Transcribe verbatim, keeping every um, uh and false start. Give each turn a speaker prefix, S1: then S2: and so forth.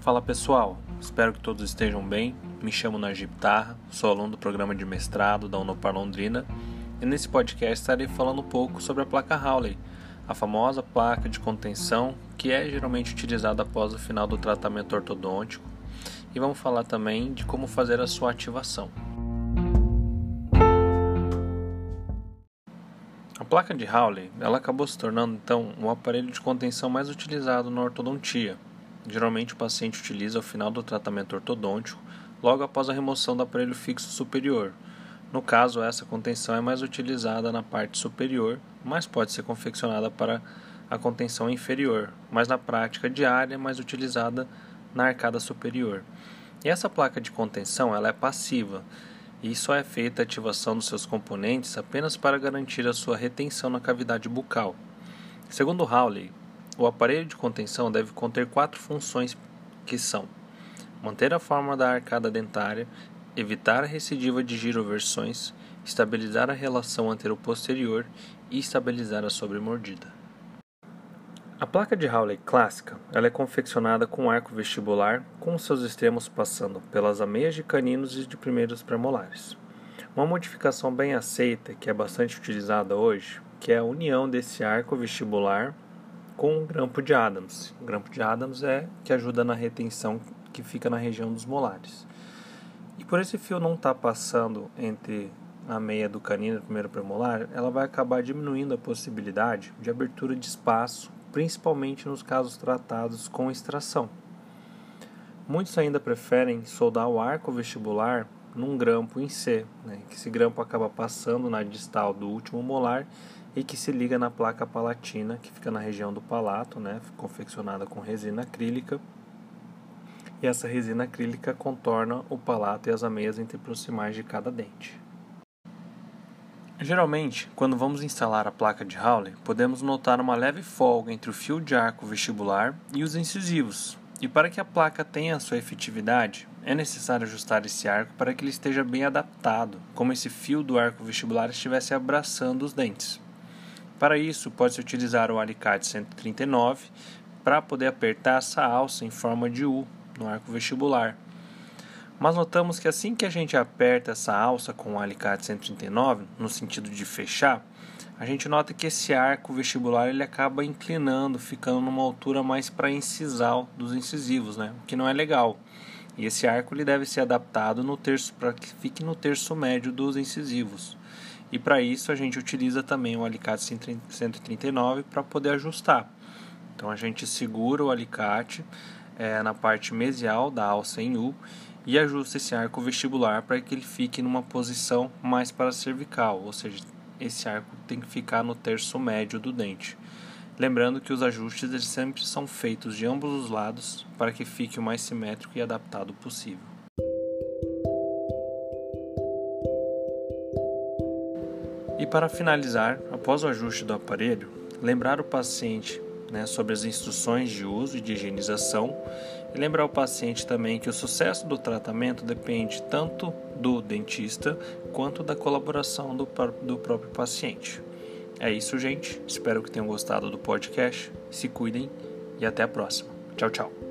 S1: Fala pessoal, espero que todos estejam bem. Me chamo Najib Tarra, sou aluno do programa de mestrado da Unopar Londrina e nesse podcast estarei falando um pouco sobre a placa Hawley, a famosa placa de contenção que é geralmente utilizada após o final do tratamento ortodôntico, e vamos falar também de como fazer a sua ativação. A placa de Hawley ela acabou se tornando então o aparelho de contenção mais utilizado na ortodontia. Geralmente o paciente utiliza ao final do tratamento ortodôntico, logo após a remoção do aparelho fixo superior. No caso, essa contenção é mais utilizada na parte superior, mas pode ser confeccionada para a contenção inferior, mas na prática diária é mais utilizada na arcada superior. E essa placa de contenção ela é passiva, e só é feita a ativação dos seus componentes apenas para garantir a sua retenção na cavidade bucal. Segundo Hawley, o aparelho de contenção deve conter quatro funções que são: manter a forma da arcada dentária, evitar a recidiva de giroversões, estabilizar a relação antero-posterior e estabilizar a sobremordida. A placa de Hawley clássica ela é confeccionada com arco vestibular, com seus extremos passando pelas ameias de caninos e de primeiros premolares. Uma modificação bem aceita, que é bastante utilizada hoje, que é a união desse arco vestibular com o grampo de Adams. O grampo de Adams é que ajuda na retenção que fica na região dos molares. E por esse fio não estar passando entre a meia do canino e o primeiro premolar, ela vai acabar diminuindo a possibilidade de abertura de espaço, principalmente nos casos tratados com extração. Muitos ainda preferem soldar o arco vestibular num grampo em C, né, que esse grampo acaba passando na distal do último molar e que se liga na placa palatina, que fica na região do palato, né, confeccionada com resina acrílica. E essa resina acrílica contorna o palato e as ameias interproximais de cada dente. Geralmente, quando vamos instalar a placa de Hawley, podemos notar uma leve folga entre o fio de arco vestibular e os incisivos. E para que a placa tenha a sua efetividade, é necessário ajustar esse arco para que ele esteja bem adaptado, como esse fio do arco vestibular estivesse abraçando os dentes. Para isso, pode-se utilizar o alicate cento e trinta e nove para poder apertar essa alça em forma de U no arco vestibular. Mas notamos que assim que a gente aperta essa alça com o alicate cento e trinta e nove, no sentido de fechar, a gente nota que esse arco vestibular ele acaba inclinando, ficando numa altura mais para incisal dos incisivos, né? O que não é legal. E esse arco ele deve ser adaptado no terço para que fique no terço médio dos incisivos. E para isso a gente utiliza também o alicate cento e trinta e nove para poder ajustar. Então a gente segura o alicate é, na parte mesial da alça em U e ajusta esse arco vestibular para que ele fique numa posição mais para a cervical, ou seja, esse arco tem que ficar no terço médio do dente. Lembrando que os ajustes eles sempre são feitos de ambos os lados para que fique o mais simétrico e adaptado possível. E para finalizar, após o ajuste do aparelho, lembrar o paciente né, sobre as instruções de uso e de higienização e lembrar o paciente também que o sucesso do tratamento depende tanto do dentista quanto da colaboração do, do próprio paciente. É isso, gente. Espero que tenham gostado do podcast. Se cuidem e até a próxima. Tchau, tchau.